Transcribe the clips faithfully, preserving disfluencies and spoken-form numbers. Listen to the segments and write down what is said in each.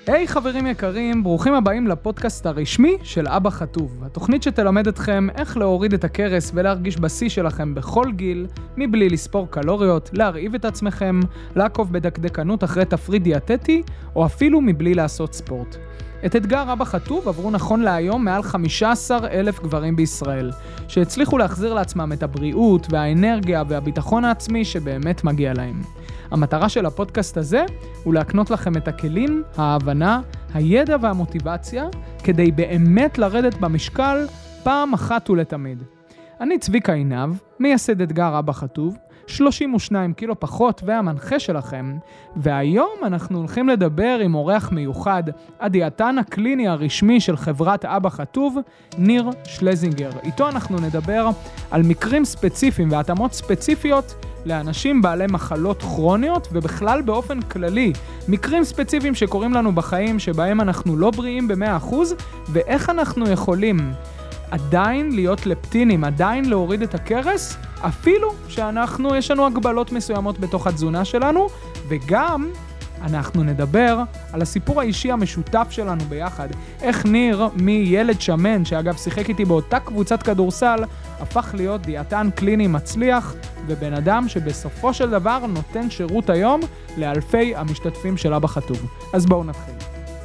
היי hey, חברים יקרים, ברוכים הבאים לפודקאסט הרשמי של אבא חטוב. התוכנית שתלמד אתכם איך להוריד את הקרס ולהרגיש בשיא שלכם בכל גיל, מבלי לספור קלוריות, להרעיב את עצמכם, לעקוב בדקדקנות אחרי תפריט דיאטטי, או אפילו מבלי לעשות ספורט. את אתגר אבא חטוב עברו נכון להיום מעל חמישה עשר אלף גברים בישראל, שהצליחו להחזיר לעצמם את הבריאות והאנרגיה והביטחון העצמי שבאמת מגיע להם. המטרה של הפודקאסט הזה הוא להקנות לכם את הכלים, ההבנה, הידע והמוטיבציה, כדי באמת לרדת במשקל פעם אחת ולתמיד. אני צביקה עינב, מייסד אתגר אבא חטוב, שלושים ושניים קילו פחות והמנחה שלכם, והיום אנחנו הולכים לדבר עם אורח מיוחד, הדיאטן הקליני הרשמי של חברת אבא חטוב, ניר שלזינגר. איתו אנחנו נדבר על מקרים ספציפיים והתאמות ספציפיות לאנשים בעלי מחלות כרוניות, ובכלל באופן כללי, מקרים ספציפיים שקורים לנו בחיים שבהם אנחנו לא בריאים ב-מאה אחוז, ואיך אנחנו יכולים עדיין להיות לפטינים, עדיין להוריד את הקרס, אפילו שאנחנו, יש לנו הגבלות מסוימות בתוך התזונה שלנו, וגם אנחנו נדבר על הסיפור האישי המשותף שלנו ביחד. איך ניר מילד שמן, שאגב שיחק איתי באותה קבוצת כדורסל, הפך להיות דיאטן קליני מצליח, ובן אדם שבסופו של דבר נותן שירות היום לאלפי המשתתפים של אבא חטוב. אז בואו נתחיל.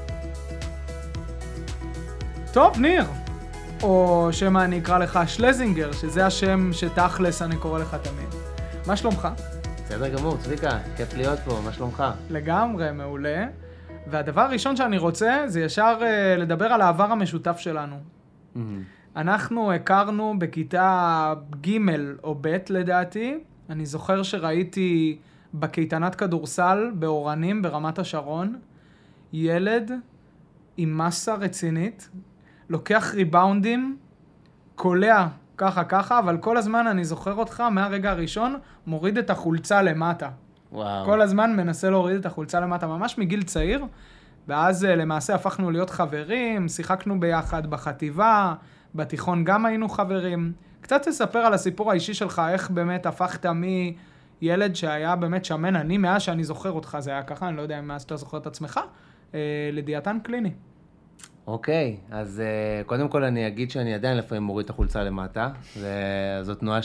טוב, ניר. או שמה אני אקרא לך שלזינגר, שזה השם שתכלס אני קורא לך תמיד. מה שלומך? בסדר גמור, צביקה, כיף להיות פה, מה שלומך? לגמרי, מעולה. והדבר הראשון שאני רוצה זה ישר uh, לדבר על העבר המשותף שלנו. Mm-hmm. אנחנו הכרנו בכיתה ג' או ב' לדעתי. אני זוכר שראיתי בקייטנת כדורסל באורנים ברמת השרון, ילד עם מסה רצינית, לוקח ריבאונדים, קולע ככה ככה, אבל כל הזמן אני זוכר אותך מהרגע הראשון, מוריד את החולצה למטה. וואו. כל הזמן מנסה להוריד את החולצה למטה, ממש מגיל צעיר, ואז למעשה הפכנו להיות חברים, שיחקנו ביחד בחטיבה, בתיכון גם היינו חברים. קצת תספר על הסיפור האישי שלך, איך באמת הפכת מילד שהיה באמת שמן, אני מאז שאני זוכר אותך, זה היה ככה, אני לא יודע אם מאז שאתה זוכר את עצמך, לדיאטן קליני. אוקיי, אז uh, קודם כל אני אגיד שאני עדיין לפעמים מוריד את החולצה למטה, וזו תנועה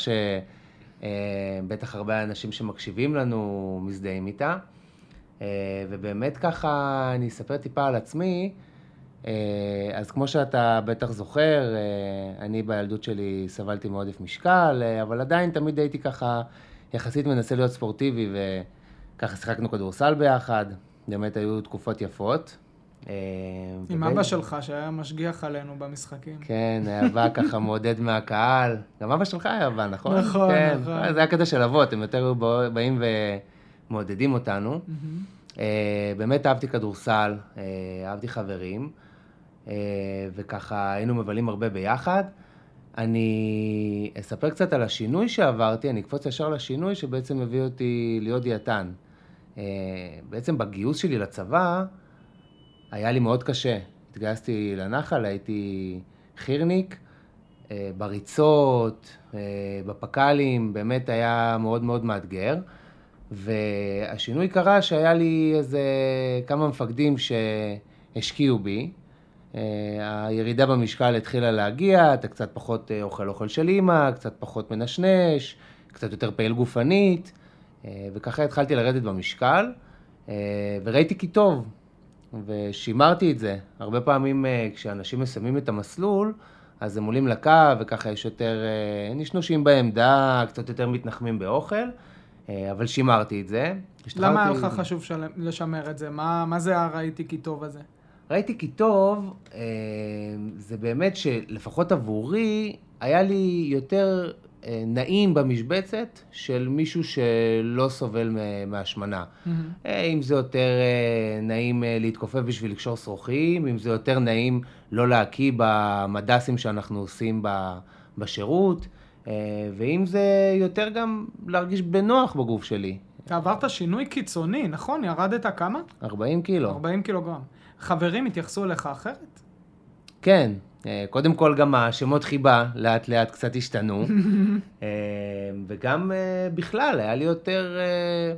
שבטח uh, הרבה אנשים שמקשיבים לנו מזדהים איתה, uh, ובאמת ככה אני אספר טיפה על עצמי. uh, אז כמו שאתה בטח זוכר, uh, אני בילדות שלי סבלתי מעודף משקל, uh, אבל עדיין תמיד הייתי ככה יחסית מנסה להיות ספורטיבי, וככה שיחקנו כדורסל ביחד, באמת היו תקופות יפות. עם אבא שלך שהיה משגיח עלינו במשחקים. כן, היה בא ככה מעודד מהקהל. גם אבא שלך היה בא, נכון? נכון, כן. נכון. זה היה קטע של אבות, הם יותר באים ומעודדים אותנו. באמת אהבתי כדורסל, אהבתי חברים, וככה היינו מבלים הרבה ביחד. אני אספר קצת על השינוי שעברתי, אני אקפוץ ישר לשינוי שבעצם הביא אותי להיות דיאטן. בעצם בגיוס שלי לצבא, היה לי מאוד קשה. התגייסתי לנחל, הייתי חירניק, בריצות, בפקלים, באמת היה מאוד מאוד מאתגר. והשינוי קרה שהיה לי איזה כמה מפקדים שהשקיעו בי. הירידה במשקל התחילה להגיע, אתה קצת פחות אוכל אוכל של אמא, קצת פחות מנשנש, קצת יותר פעיל גופנית, וככה התחלתי לרדת במשקל, וראיתי כי טוב. ושימרתי את זה. הרבה פעמים כשאנשים מסיימים את המסלול, אז הם עולים לקו, וככה יש יותר נשנושים בעמדה, קצת יותר מתנחמים באוכל, אבל שימרתי את זה. למה היה לך חשוב לשמר את זה? מה, מה זה הראיתי כי טוב הזה? ראיתי כי טוב, זה באמת שלפחות עבורי, היה לי יותר נעים במשבצת של מישהו שלא סובל מהשמנה. Mm-hmm. אם זה יותר נעים להתכופף בשביל לקשור שרוכים, אם זה יותר נעים לא להקיא במדסים שאנחנו עושים בשירות, ואם זה יותר גם להרגיש בנוח בגוף שלי. אתה עברת שינוי קיצוני, נכון? ירדת כמה? ארבעים קילו. ארבעים קילוגרם. חברים התייחסו לך אחרת? כן. קודם כל גם השמות חיבה לאט לאט קצת השתנו, וגם בכלל היה לי יותר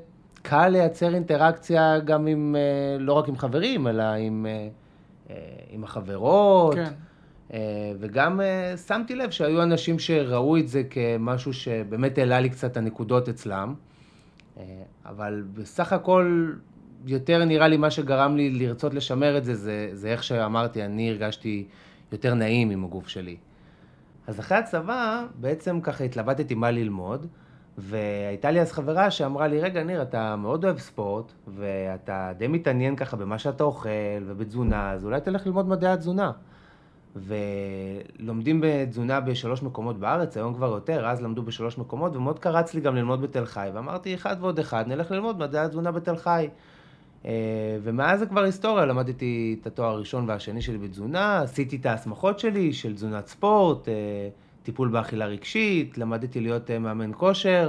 קל לייצר אינטראקציה גם עם, לא רק עם חברים, אלא עם, עם החברות. כן. וגם שמתי לב שהיו אנשים שראו את זה כמשהו שבאמת העלה לי קצת הנקודות אצלם. אבל בסך הכל, יותר נראה לי מה שגרם לי לרצות לשמר את זה, זה, זה איך שאמרתי, אני הרגשתי יותר נעים עם הגוף שלי. אז אחרי הצבא, בעצם ככה התלבטתי מה ללמוד, והייתה לי אז חברה שאמרה לי, רגע ניר, אתה מאוד אוהב ספורט, ואתה די מתעניין ככה במה שאתה אוכל ובתזונה, אז אולי תלך ללמוד מדעי התזונה. ולומדים בתזונה בשלוש מקומות בארץ, היום כבר יותר, אז למדו בשלוש מקומות, ומאוד קרץ לי גם ללמוד בתל חי, ואמרתי, אחד ועוד אחד, נלך ללמוד מדעי התזונה בתל חי. ומאז זה כבר היסטוריה, למדתי את התואר הראשון והשני שלי בתזונה, עשיתי את ההסמכות שלי של תזונת ספורט, טיפול באכילה רגשית, למדתי להיות מאמן כושר,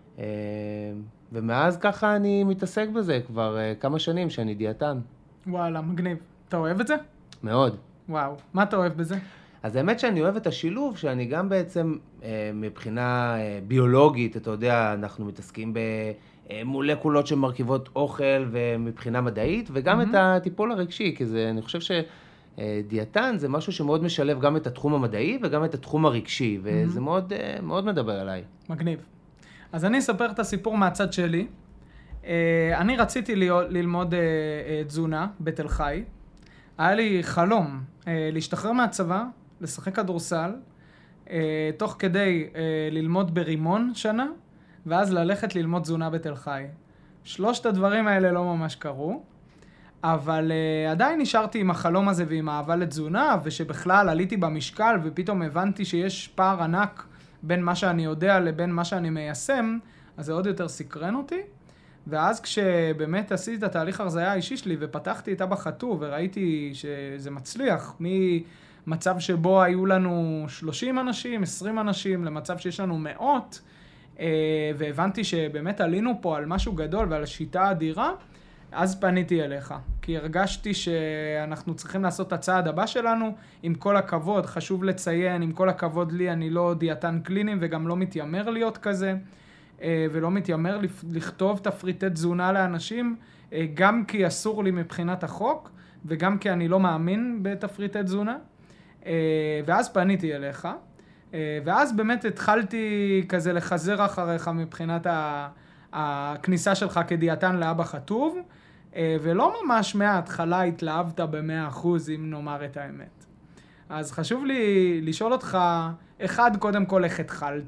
ומאז ככה אני מתעסק בזה כבר כמה שנים שאני דיאטן. וואלה, מגניב. אתה אוהב את זה? מאוד. וואו, מה אתה אוהב בזה? אז האמת שאני אוהב את השילוב, שאני גם בעצם מבחינה ביולוגית, אתה יודע, אנחנו מתעסקים במולקולות שמרכיבות אוכל ומבחינה מדעית, וגם mm-hmm. את הטיפול הרגשי, כי זה, אני חושב שדיאטן זה משהו שמאוד משלב גם את התחום המדעי וגם את התחום הרגשי, וזה mm-hmm. מאוד, מאוד מדבר עליי. מגניב. אז אני אספר את הסיפור מהצד שלי. אני רציתי ללמוד תזונה בתל חי. היה לי חלום להשתחרר מהצבא, לשחק כדורסל, תוך כדי ללמוד ברימון שנה, ואז ללכת ללמוד תזונה בתל חי. שלושת הדברים האלה לא ממש קרו, אבל עדיין נשארתי עם החלום הזה ועם האהבה לתזונה, ושבכלל עליתי במשקל ופתאום הבנתי שיש פער ענק בין מה שאני יודע לבין מה שאני מיישם, אז זה עוד יותר סקרן אותי. ואז כשבאמת עשיתי את התהליך הרזייה האישי שלי ופתחתי את אבא חטוב וראיתי שזה מצליח ממצב שבו היו לנו שלושים אנשים, עשרים אנשים, למצב שיש לנו מאות, והבנתי שבאמת עלינו פה על משהו גדול ועל שיטה אדירה, אז פניתי אליך. כי הרגשתי שאנחנו צריכים לעשות את הצעד הבא שלנו, עם כל הכבוד, חשוב לציין, עם כל הכבוד לי, אני לא דיאטן קליני וגם לא מתיימר להיות כזה, ולא מתיימר לכתוב תפריטי תזונה לאנשים, גם כי אסור לי מבחינת החוק, וגם כי אני לא מאמין בתפריטי תזונה. ואז פניתי אליך, ואז באמת התחלתי כזה לחזר אחריך מבחינת הכניסה שלך כדיאטן לאבא חטוב, ולא ממש מההתחלה התלהבת ב-מאה אחוז, אם נאמר את האמת. אז חשוב לי לשאול אותך, אחד, קודם כל, איך התחלת?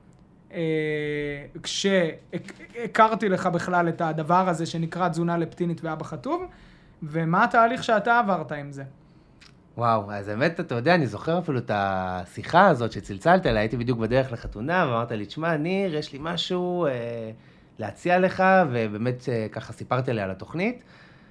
כשהכרתי לך בכלל את הדבר הזה שנקרא תזונה לפטינית ואבא חטוב, ומה התהליך שאתה עברת עם זה? וואו, אז באמת, אתה יודע, אני זוכר אפילו את השיחה הזאת שצלצלת אליי, הייתי בדיוק בדרך לחתונה, ואמרת לי, תשמע, ניר, יש לי משהו אה, להציע לך, ובאמת אה, ככה סיפרתי עליה על התוכנית,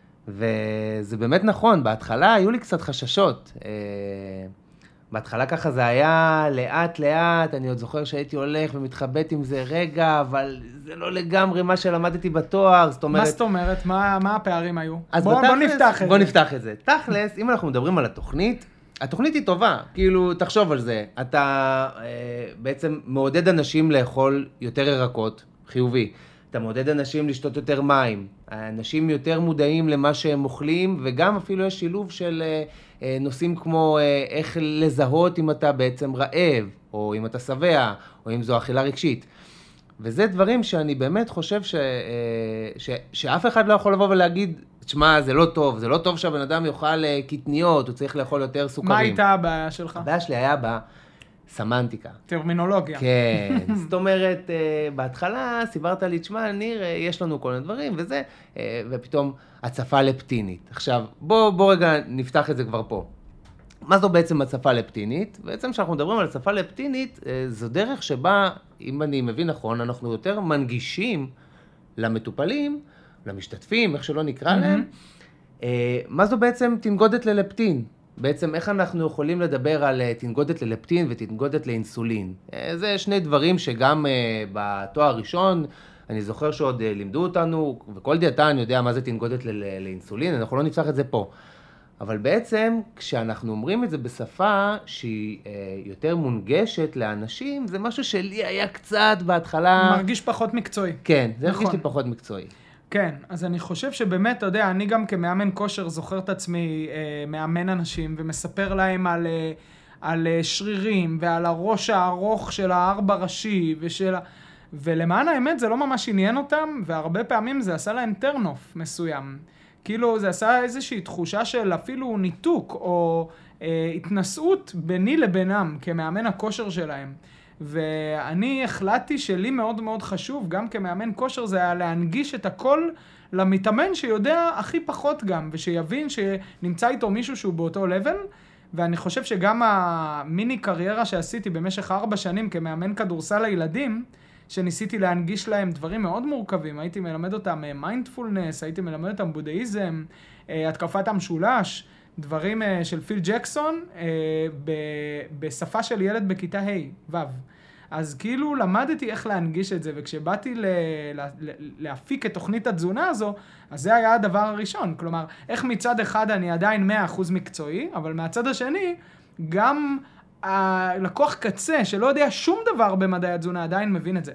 וזה באמת נכון, בהתחלה היו לי קצת חששות, אה, בהתחלה ככה זה היה לאט לאט, אני עוד זוכר שהייתי הולך ומתחבט עם זה רגע, אבל זה לא לגמרי מה שלמדתי בתואר, זאת אומרת... מה זאת אומרת? מה, מה הפערים היו? אז בוא, בתכלס, בוא נפתח את בוא זה. נפתח את זה. תכלס, אם אנחנו מדברים על התוכנית, התוכנית היא טובה, כאילו, תחשוב על זה. אתה אה, בעצם מעודד אנשים לאכול יותר ירקות, חיובי. אתה מעודד אנשים לשתות יותר מים. אנשים יותר מודעים למה שהם אוכלים, וגם אפילו יש שילוב של אה, נושאים כמו אה, איך לזהות אם אתה בעצם רעב, או אם אתה שבע, או אם זו אכילה רגשית. וזה דברים שאני באמת חושב ש, ש, שאף אחד לא יכול לבוא ולהגיד, תשמע, זה לא טוב, זה לא טוב שהבן אדם יאכל קטניות, הוא צריך לאכול יותר סוכרים. מה הייתה הבעיה שלך? הבעיה שלי היה בסמנטיקה. טרמינולוגיה. כן, זאת אומרת, בהתחלה סיברת לי, תשמע, ניר, יש לנו כל הדברים וזה, ופתאום הצפה לפטינית. עכשיו, בוא, בוא רגע נפתח את זה כבר פה. מה זו בעצם הצפה לפטינית? בעצם כשאנחנו מדברים על הצפה לפטינית, זו דרך שבה, אם אני מבין נכון, אנחנו יותר מנגישים למטופלים, למשתתפים, איך שלא נקרא mm-hmm. להם, מה זו בעצם תנגודת ללפטין? בעצם איך אנחנו יכולים לדבר על תנגודת ללפטין ותנגודת לאינסולין? זה שני דברים שגם בתואר הראשון, אני זוכר שעוד לימדו אותנו, וכל דיאטן יודע מה זה תנגודת לאינסולין, אנחנו לא נפתח את זה פה. אבל בעצם, כשאנחנו אומרים את זה בשפה שהיא אה, יותר מונגשת לאנשים, זה משהו שלי היה קצת בהתחלה... מרגיש פחות מקצועי. כן, זה נכון. מרגיש לי פחות מקצועי. כן, אז אני חושב שבאמת, אתה יודע, אני גם כמאמן כושר זוכר את עצמי אה, מאמן אנשים ומספר להם על, אה, על אה, שרירים ועל הראש הארוך של הארבע ראשי ושל... ולמען האמת זה לא ממש עניין אותם, והרבה פעמים זה עשה להם טרנוף מסוים. כאילו זה עשה איזושהי תחושה של אפילו ניתוק או אה, התנסות ביני לבינם כמאמן הכושר שלהם. ואני החלטתי שלי מאוד מאוד חשוב, גם כמאמן כושר, זה היה להנגיש את הכל למתאמן שיודע הכי פחות גם, ושיבין שנמצא איתו מישהו שהוא באותו לבל, ואני חושב שגם המיני קריירה שעשיתי במשך ארבע שנים כמאמן כדורסל לילדים, שניסיתי להנגיש להם דברים מאוד מורכבים, הייתי מלמד אותם מיינדפולנס, הייתי מלמד אותם בודהיזם, התקפת המשולש, דברים של פיל ג'קסון, בשפה של ילד בכיתה ה' ו'. אז כאילו למדתי איך להנגיש את זה, וכשבאתי ל- ל- להפיק את תוכנית התזונה הזו, אז זה היה הדבר הראשון. כלומר, איך מצד אחד אני עדיין מאה אחוז מקצועי, אבל מהצד השני, גם הלקוח קצה שלא יודע שום דבר במדעי התזונה עדיין מבין את זה.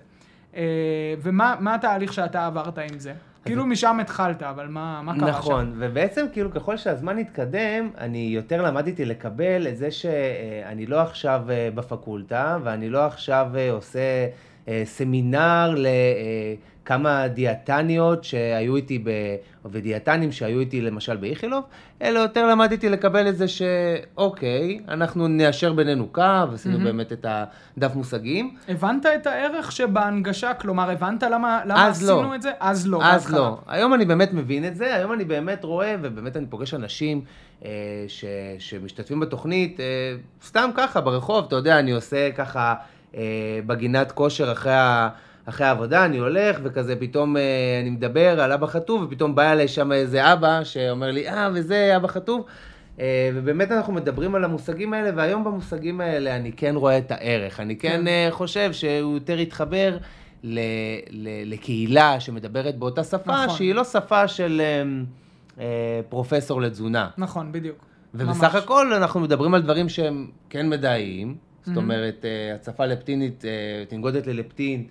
ומה מה התהליך שאתה עברת עם זה? כאילו משם התחלת, אבל מה, מה קרה שם? נכון, ובעצם כאילו ככל שהזמן התקדם, אני יותר למדתי לקבל את זה שאני לא עכשיו בפקולטה, ואני לא עכשיו עושה סמינר לכמה דיאטניות שהיו איתי, ב... ודיאטנים שהיו איתי למשל באיכילוב, אלא יותר למדתי לקבל את זה שאוקיי, אנחנו נאשר בינינו קו, עשינו mm-hmm. באמת את הדף מושגים. הבנת את הערך שבהנגשה? כלומר, הבנת למה, למה עשינו לא. את זה? אז לא. אז לא. היום אני באמת מבין את זה, היום אני באמת רואה, ובאמת אני פוגש אנשים אה, ש... שמשתתפים בתוכנית, אה, סתם ככה ברחוב, אתה יודע, אני עושה ככה אה, בגינת כושר אחרי ה... אחרי העבודה, אני הולך, וכזה פתאום אה, אני מדבר על אבא חטוב, ופתאום בא אליי שם איזה אבא שאומר לי, אה, וזה אבא חטוב. אה, ובאמת אנחנו מדברים על המושגים האלה, והיום במושגים האלה אני כן רואה את הערך. אני כן, כן. אה, חושב שהוא יותר יתחבר ל, ל, לקהילה שמדברת באותה שפה, נכון. שהיא לא שפה של אה, אה, פרופסור לתזונה. נכון, בדיוק. ובסך ממש. הכל אנחנו מדברים על דברים שהם כן מדעיים, mm-hmm. זאת אומרת, אה, הצפה לפטינית, אה, תנגודת ללפטין,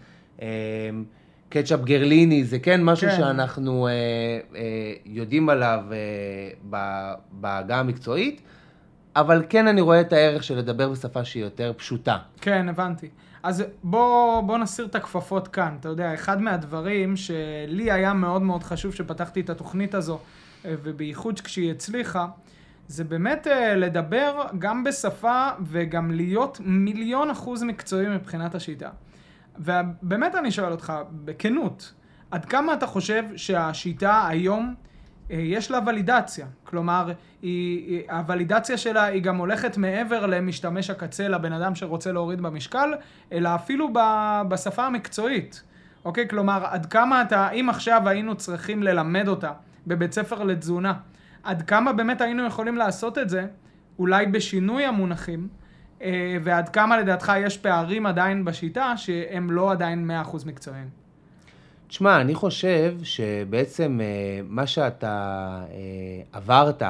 קטשאפ גרליני, זה כן משהו כן. שאנחנו אה, אה, יודעים עליו אה, בהגעה המקצועית, אבל כן אני רואה את הערך של לדבר בשפה שהיא יותר פשוטה. כן, הבנתי. אז בוא, בוא נסיר את הכפפות כאן. אתה יודע, אחד מהדברים שלי היה מאוד מאוד חשוב שפתחתי את התוכנית הזו, ובייחוד כשהיא הצליחה, זה באמת לדבר גם בשפה וגם להיות מיליון אחוז מקצועי מבחינת השיטה. ובאמת אני שואל אותך, בכנות, עד כמה אתה חושב שהשיטה היום יש לה ולידציה? כלומר, היא, הוולידציה שלה היא גם הולכת מעבר למשתמש הקצה, לבן אדם שרוצה להוריד במשקל, אלא אפילו בשפה המקצועית. אוקיי? כלומר, עד כמה אתה, אם עכשיו היינו צריכים ללמד אותה בבית ספר לתזונה, עד כמה באמת היינו יכולים לעשות את זה, אולי בשינוי המונחים, ועד כמה לדעתך יש פערים עדיין בשיטה שהם לא עדיין מאה אחוז מקצועיים? תשמע, אני חושב שבעצם מה שאתה עברת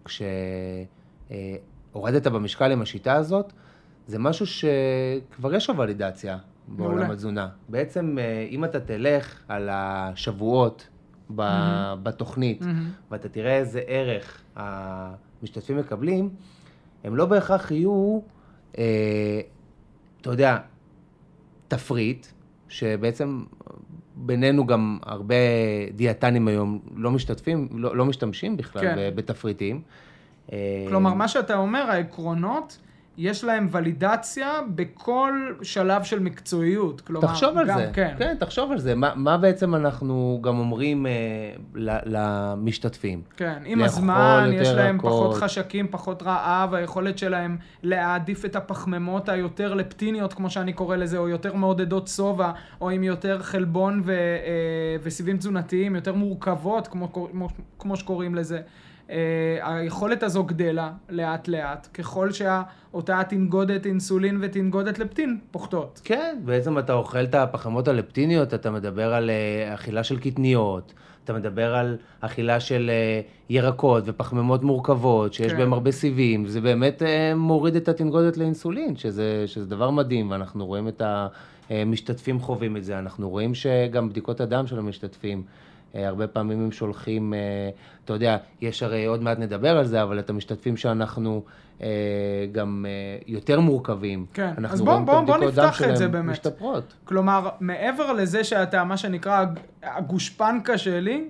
כשהורדת במשקל עם השיטה הזאת, זה משהו שכבר יש לו ולידציה בעולם התזונה. בעצם אם אתה תלך על השבועות בתוכנית, ואתה תראה איזה ערך המשתתפים מקבלים, הם לא בהכרח יהיו אה, אתה יודע, תפריט, שבעצם בינינו גם הרבה דיאטנים היום לא משתתפים, לא, לא משתמשים בכלל כן. בתפריטים. כלומר, מה שאתה אומר, העקרונות, יש להם ולידציה בכל שלב של מקצועיות. כלומר, תחשוב על גם, זה, כן. כן, תחשוב על זה. מה, מה בעצם אנחנו גם אומרים אה, למשתתפים? כן, עם הזמן יש להם רכות. פחות חשקים, פחות רעב, היכולת שלהם להעדיף את הפחמימות היותר לפטיניות, כמו שאני קורא לזה, או יותר מעודדות סובה, או עם יותר חלבון ו, אה, וסיבים תזונתיים, יותר מורכבות, כמו, כמו, כמו שקוראים לזה. Uh, היכולת הזו גדלה לאט לאט, ככל שאותה תנגודת אינסולין ותנגודת לפטין פוחתות. כן, בעצם אתה אוכל את הפחמות הלפטיניות, אתה מדבר על uh, אכילה של קטניות, אתה מדבר על אכילה של uh, ירקות ופחמימות מורכבות, שיש כן. בהם הרבה סיבים, זה באמת uh, מוריד את התנגודת לאינסולין, שזה, שזה דבר מדהים, ואנחנו רואים את המשתתפים חווים את זה, אנחנו רואים שגם בדיקות הדם של המשתתפים, הרבה פעמים הם שולחים, אתה יודע, יש הרי עוד מעט נדבר על זה, אבל את המשתתפים שאנחנו גם יותר מורכבים. כן, אז בואו בוא, בוא נפתח את זה באמת. משתפרות. כלומר, מעבר לזה שאתה, מה שנקרא, הגושפנקה שלי,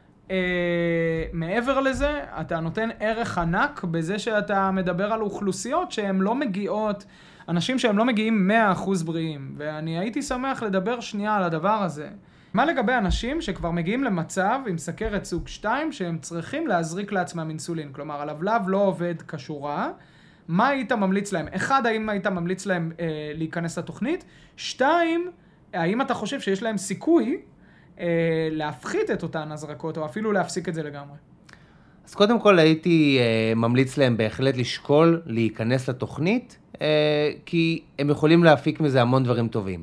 מעבר לזה, אתה נותן ערך ענק בזה שאתה מדבר על אוכלוסיות שהן לא מגיעות, אנשים שהם לא מגיעים מאה אחוז בריאים, ואני הייתי שמח לדבר שנייה על הדבר הזה. מה לגבי אנשים שכבר מגיעים למצב עם סכרת סוג שתיים שהם צריכים להזריק לעצמם אינסולין? כלומר, הלבלב לא עובד כשורה. מה היית ממליץ להם? אחד, האם היית ממליץ להם אה, להיכנס לתוכנית? שתיים, האם אתה חושב שיש להם סיכוי אה, להפחית את אותן הזרקות, או אפילו להפסיק את זה לגמרי? אז קודם כל הייתי אה, ממליץ להם בהחלט לשקול להיכנס לתוכנית, אה, כי הם יכולים להפיק מזה המון דברים טובים.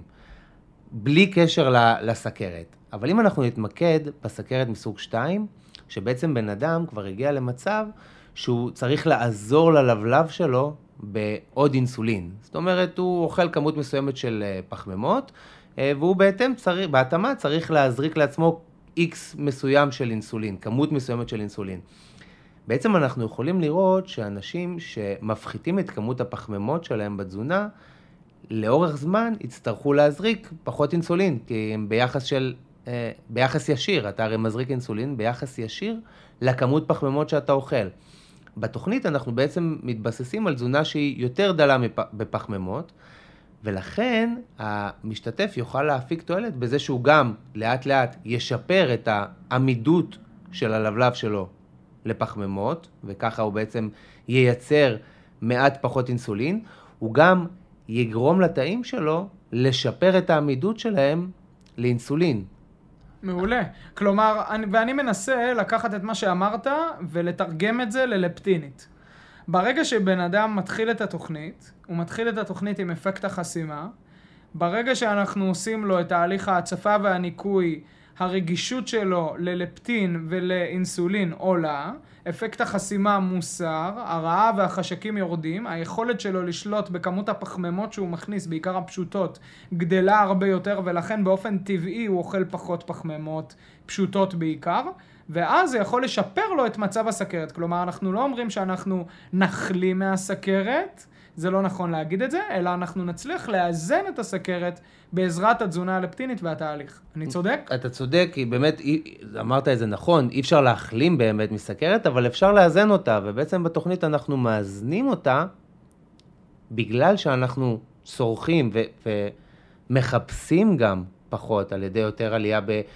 בלי קשר לסכרת. אבל אם אנחנו נתמקד בסכרת מסוג שתיים, שבעצם בן אדם כבר הגיע למצב שהוא צריך לעזור ללבלב שלו בעוד אינסולין. זאת אומרת, הוא אוכל כמות מסוימת של פחמימות, והוא בהתאם צריך, בהתאמה צריך להזריק לעצמו X מסוים של אינסולין, כמות מסוימת של אינסולין. בעצם אנחנו יכולים לראות שאנשים שמפחיתים את כמות הפחמימות שלהם בתזונה, לאורך זמן יצטרכו להזריק פחות אינסולין, כי הם ביחס של, ביחס ישיר, אתה הרי מזריק אינסולין ביחס ישיר לכמות פחמימות שאתה אוכל. בתוכנית אנחנו בעצם מתבססים על תזונה שהיא יותר דלה בפחמימות, ולכן המשתתף יוכל להפיק תועלת בזה שהוא גם לאט לאט ישפר את העמידות של הלבלב שלו לפחמימות, וככה הוא בעצם ייצר מעט פחות אינסולין, הוא גם יגרום לתאים שלו לשפר את העמידות שלהם לאינסולין. מעולה. כלומר, אני, ואני מנסה לקחת את מה שאמרת ולתרגם את זה ללפטינית. ברגע שבן אדם מתחיל את התוכנית, הוא מתחיל את התוכנית עם אפקט החסימה, ברגע שאנחנו עושים לו את תהליך ההצפה והניקוי, הרגישות שלו ללפטין ולאינסולין עולה, אפקט החסימה מוסר, הרעב והחשקים יורדים, היכולת שלו לשלוט בכמות הפחמימות שהוא מכניס, בעיקר הפשוטות, גדלה הרבה יותר, ולכן באופן טבעי הוא אוכל פחות פחמימות פשוטות בעיקר, ואז זה יכול לשפר לו את מצב הסכרת. כלומר, אנחנו לא אומרים שאנחנו נחלים מהסכרת, זה לא נכון להגיד את זה, אלא אנחנו נצליח לאזן את הסכרת בעזרת התזונה הלפטינית והתהליך. אני צודק? אתה צודק, כי באמת, אמרת את זה נכון, אי אפשר להחלים באמת מסכרת, אבל אפשר לאזן אותה, ובעצם בתוכנית אנחנו מאזנים אותה, בגלל שאנחנו צורכים ו- ומחפשים גם פחות, על ידי יותר עלייה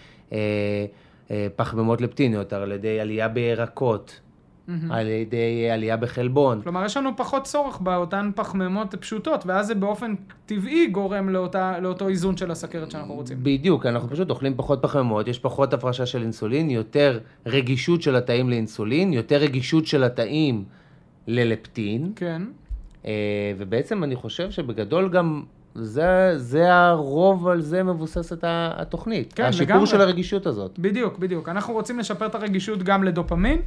בפחמימות לפטיניות, על ידי עלייה בירקות, Mm-hmm. על ידי עלייה בחלבון. כלומר, יש לנו פחות צורך באותן פחמימות פשוטות, ואז זה באופן טבעי גורם לאותה, לאותו איזון של הסכרת שאנחנו רוצים. בדיוק, אנחנו פשוט אוכלים פחות פחמימות, יש פחות הפרשה של אינסולין, יותר רגישות של התאים לאינסולין, יותר רגישות של התאים ללפטין. כן. ובעצם אני חושב שבגדול גם זה, זה הרוב על זה מבוססת התוכנית. כן, השיפור לגמרי. של הרגישות הזאת. בדיוק, בדיוק. אנחנו רוצים לשפר את הרגישות גם לדופמין,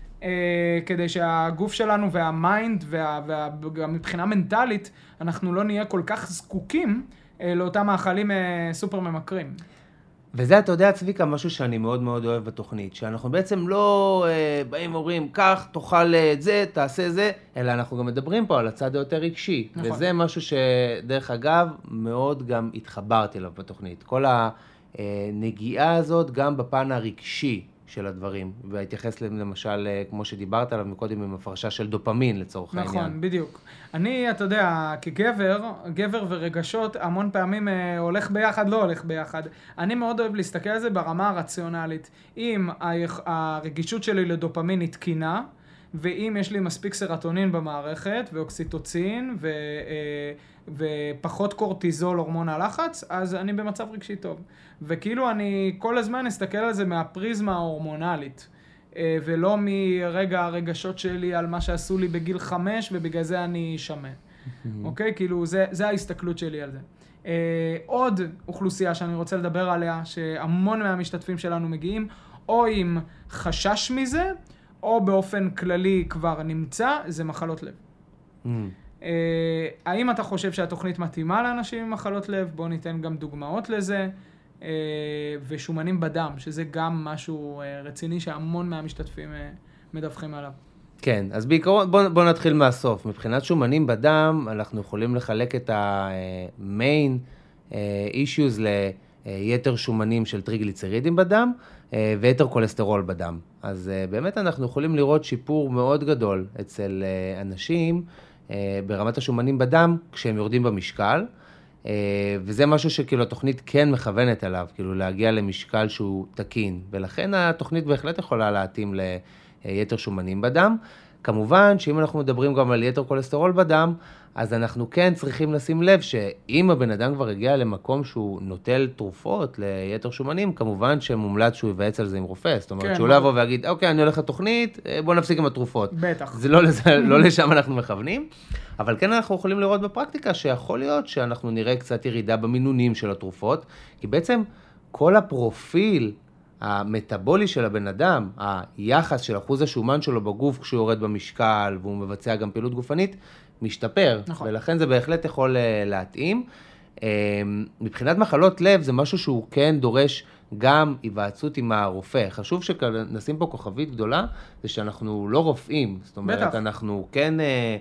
כדי שהגוף שלנו והמיינד וגם מבחינה מנטלית אנחנו לא נהיה כל כך זקוקים לאותם מאכלים סופר ממכרים. וזה, אתה יודע, צביקה, משהו שאני מאוד מאוד אוהב בתוכנית, שאנחנו בעצם לא באים ואומרים, כך, תאכל את זה, תעשה זה, אלא אנחנו גם מדברים פה על הצד היותר רגשי. נכון. וזה משהו שדרך אגב מאוד גם התחברתי אליו בתוכנית. כל הנגיעה הזאת גם בפן הרגשי של הדברים, והתייחס למשל, כמו שדיברת עליו מקודם, עם הפרשה של דופמין לצורך נכון, העניין. נכון, בדיוק. אני, אתה יודע, כגבר, גבר ורגשות, המון פעמים אה, הולך ביחד, לא הולך ביחד. אני מאוד אוהב להסתכל על זה ברמה הרציונלית. אם הרגישות שלי לדופמין היא תקינה, ואם יש לי מספיק סרטונין במערכת, ואוקסיטוצין, ו... אה, ופחות קורטיזול, הורמון הלחץ, אז אני במצב רגשי טוב. וכאילו אני כל הזמן אסתכל על זה מהפריזמה ההורמונלית, ולא מרגע הרגשות שלי על מה שעשו לי בגיל חמש, ובגלל זה אני שמן. אוקיי? כאילו זה, זה ההסתכלות שלי על זה. עוד אוכלוסייה שאני רוצה לדבר עליה, שהמון מהמשתתפים שלנו מגיעים, או עם חשש מזה, או באופן כללי כבר נמצא, זה מחלות לב. Uh, האם אתה חושב שהתוכנית מתאימה לאנשים עם מחלות לב? בוא ניתן גם דוגמאות לזה. ושומנים בדם, שזה גם משהו רציני שהמון מהמשתתפים מדווחים עליו. כן, אז בעיקרון בוא, בוא נתחיל מהסוף. מבחינת שומנים בדם, אנחנו יכולים לחלק את ה-main issues ליתר שומנים של טריגליצרידים בדם, ויתר כולסטרול בדם. אז באמת אנחנו יכולים לראות שיפור מאוד גדול אצל אנשים ברמת השומנים בדם כשהם יורדים במשקל, וזה משהו שכאילו התוכנית כן מכוונת אליו, כאילו להגיע למשקל שהוא תקין, ולכן התוכנית בהחלט יכולה להתאים ליתר שומנים בדם. כמובן שאם אנחנו מדברים גם על יתר כולסטרול בדם, אז אנחנו כן צריכים לשים לב שאם הבן אדם כבר הגיע למקום שהוא נוטל תרופות ליתר שומנים, כמובן שמומלץ שהוא ייוועץ על זה עם רופא, זאת אומרת כן, שהוא לא יבוא ויגיד, אוקיי, אני הולך לתוכנית, בוא נפסיק עם התרופות. בטח. זה לא, לזה, לא לשם אנחנו מכוונים, אבל כן אנחנו יכולים לראות בפרקטיקה שיכול להיות שאנחנו נראה קצת ירידה במינונים של התרופות, כי בעצם כל הפרופיל המטאבולי של הבן אדם, היחס של אחוז השומן שלו בגוף כשהוא יורד במשקל והוא מבצע גם פעילות גופנית, משתפר, נכון. ולכן זה בהחלט יכול להתאים. מבחינת מחלות לב זה משהו שהוא כן דורש גם היוועצות עם הרופא. חשוב שנשים פה כוכבית גדולה, זה שאנחנו לא רופאים, זאת אומרת, בטח. אנחנו כן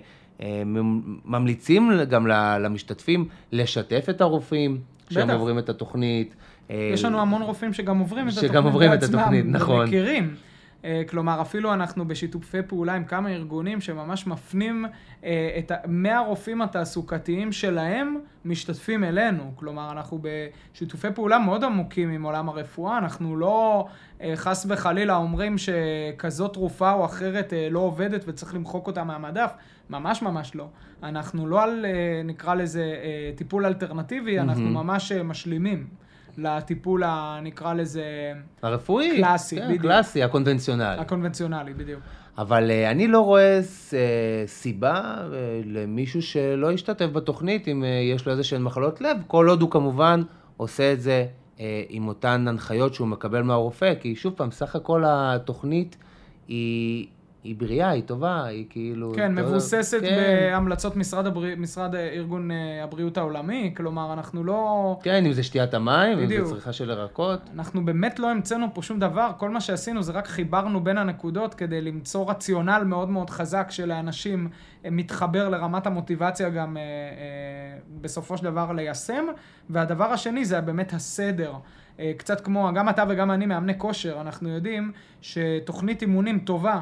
ממליצים גם למשתתפים לשתף את הרופאים, שהם עוברים את התוכנית. יש לנו המון רופאים שגם עוברים את התוכנית שגם עוברים את התוכנית, נכון. ומכירים. כלומר, אפילו אנחנו בשיתופי פעולה עם כמה ארגונים שממש מפנים את מהרופאים התעסוקתיים שלהם משתתפים אלינו. כלומר, אנחנו בשיתופי פעולה מאוד עמוקים עם עולם הרפואה. אנחנו לא חס וחלילה אומרים שכזאת תרופה או אחרת לא עובדת וצריך למחוק אותה מהמדף. ממש ממש לא. אנחנו לא על, נקרא לזה, טיפול אלטרנטיבי, אנחנו ממש משלימים. לטיפול, נקרא לזה, הרפואי, קלאסי, כן, בדיוק. קלאסי, הקונבנציונלי. הקונבנציונלי, בדיוק. אבל uh, אני לא רואה uh, סיבה uh, למישהו שלא ישתתף בתוכנית, אם uh, יש לו איזה שהן מחלות לב, כל עוד הוא כמובן עושה את זה uh, עם אותן הנחיות שהוא מקבל מהרופא, כי שוב פעם, סך הכל התוכנית היא... היא בריאה, היא טובה, היא כאילו... כן, טוב, מבוססת כן. בהמלצות משרד, הבר... משרד ארגון הבריאות העולמי, כלומר, אנחנו לא... כן, אם זה שתיית המים, בדיוק. אם זה צריכה של ירקות. אנחנו באמת לא המצאנו פה שום דבר, כל מה שעשינו זה רק חיברנו בין הנקודות, כדי למצוא רציונל מאוד מאוד חזק שלאנשים מתחבר לרמת המוטיבציה גם אה, אה, בסופו של דבר ליישם, והדבר השני זה באמת הסדר. אה, קצת כמו, גם אתה וגם אני מאמני כושר, אנחנו יודעים שתוכנית אימונים טובה,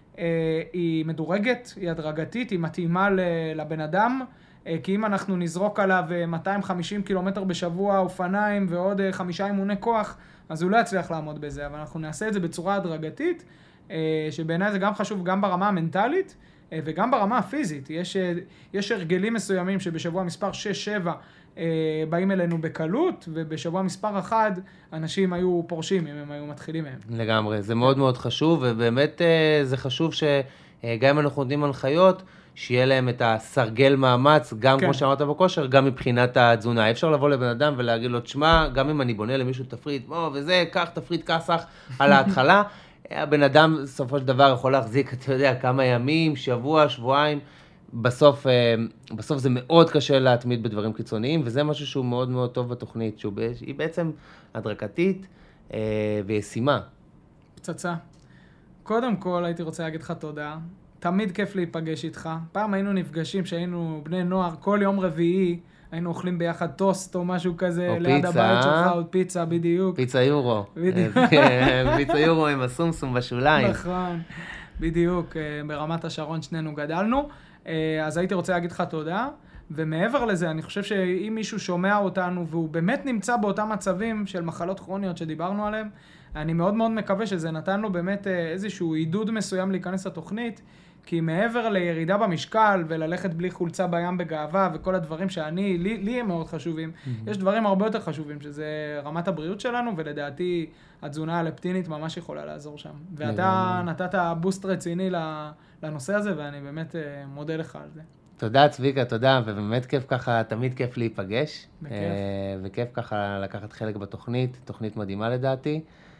היא מדורגת, היא הדרגתית, היא מתאימה לבן אדם, כי אם אנחנו נזרוק עליו מאתיים וחמישים קילומטר בשבוע אופניים ועוד חמישה אימוני כוח, אז הוא לא יצליח לעמוד בזה, אבל אנחנו נעשה את זה בצורה הדרגתית, שבעיניי זה גם חשוב גם ברמה המנטלית וגם ברמה הפיזית. יש, יש הרגלים מסוימים שבשבוע מספר שש שבע באים אלינו בקלות, ובשבוע מספר אחד אנשים היו פורשים אם הם היו מתחילים מהם. לגמרי, זה מאוד מאוד חשוב, ובאמת זה חשוב שגם אם אנחנו נותנים הנחיות, שיהיה להם את הסרגל מאמץ, גם כן. כמו שאמרת בכושר, גם מבחינת התזונה. אפשר לבוא לבן אדם ולהגיד לו, תשמע, גם אם אני בונה למישהו תפריט, בוא, וזה, קח תפריט כסח על ההתחלה, הבן אדם בסופו של דבר יכול להחזיק, אתה יודע, כמה ימים, שבוע, שבועיים, בסוף, בסוף זה מאוד קשה להתמיד בדברים קיצוניים, וזה משהו שהוא מאוד מאוד טוב בתוכנית, שהיא בעצם הדרגתית וישימה. פצצה. קודם כל הייתי רוצה להגיד לך תודה. תמיד כיף להיפגש איתך. פעם היינו נפגשים שהיינו בני נוער, כל יום רביעי היינו אוכלים ביחד טוסט או משהו כזה, או ליד פיצה. הבית שלך, או פיצה, בדיוק. פיצה יורו. בדיוק. פיצה יורו עם הסומסום בשוליים. נכון, בדיוק. ברמת השרון שנינו גדלנו. אז הייתי רוצה להגיד לך תודה. ומעבר לזה, אני חושב שאם מישהו שומע אותנו והוא באמת נמצא באותם מצבים של מחלות כרוניות שדיברנו עליהם, אני מאוד מאוד מקווה שזה נתן לו באמת איזשהו עידוד מסוים להיכנס לתוכנית, כי מעבר לירידה במשקל וללכת בלי חולצה בים בגאווה וכל הדברים שאני, לי, לי הם מאוד חשובים, mm-hmm. יש דברים הרבה יותר חשובים, שזה רמת הבריאות שלנו, ולדעתי התזונה הלפטינית ממש יכולה לעזור שם. ואתה mm-hmm. נתת בוסט רציני לנושא הזה, ואני באמת מודה לך על זה. תודה צביקה, תודה, ובאמת כיף ככה, תמיד כיף להיפגש. בכיף. וכיף ככה לקחת חלק בתוכנית, תוכנית מדהימה לדעתי.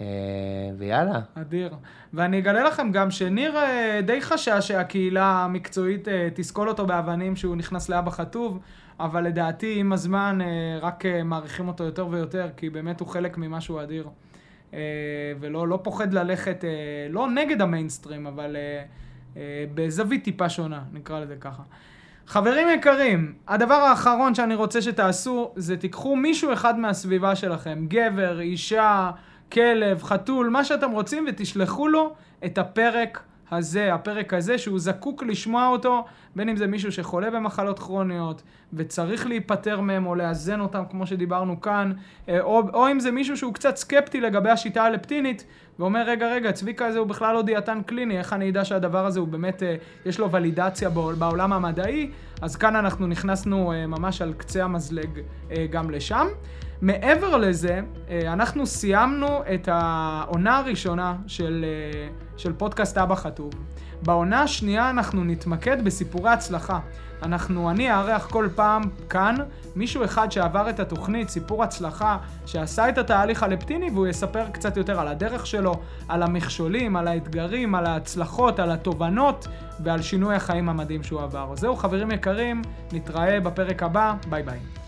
ויאללה. אדיר. ואני אגלה לכם גם שניר די חשש שהקהילה המקצועית תסכול אותו באבנים שהוא נכנס לאבא חטוב, אבל לדעתי עם הזמן רק מעריכים אותו יותר ויותר, כי באמת הוא חלק ממשהו אדיר. ולא לא פוחד ללכת, לא נגד המיינסטרים, אבל בזווית טיפה שונה, נקרא לזה ככה. חברים יקרים, הדבר האחרון שאני רוצה שתעשו, זה תיקחו מישהו אחד מהסביבה שלכם, גבר, אישה, כלב, חתול, מה שאתם רוצים, ותשלחו לו את הפרק הזה, הפרק הזה שהוא זקוק לשמוע אותו, בין אם זה מישהו שחולה במחלות כרוניות, וצריך להיפטר מהם או לאזן אותם כמו שדיברנו כאן, או, או אם זה מישהו שהוא קצת סקפטי לגבי השיטה הלפטינית, ואומר, רגע, רגע, צביקה הזה הוא בכלל לא דיאטן קליני, איך אני יודע שהדבר הזה הוא באמת, יש לו ולידציה בעולם המדעי, אז כאן אנחנו נכנסנו ממש על קצה המזלג גם לשם. מעבר לזה, אנחנו סיימנו את העונה הראשונה של, של פודקאסט אבא חטוב. בעונה השנייה אנחנו נתמקד בסיפורי הצלחה. אנחנו, אני אארח כל פעם כאן מישהו אחד שעבר את התוכנית, סיפור הצלחה, שעשה את התהליך הלפטיני, והוא יספר קצת יותר על הדרך שלו, על המכשולים, על האתגרים, על ההצלחות, על התובנות, ועל שינוי החיים המדהים שהוא עבר. זהו חברים יקרים, נתראה בפרק הבא, ביי ביי.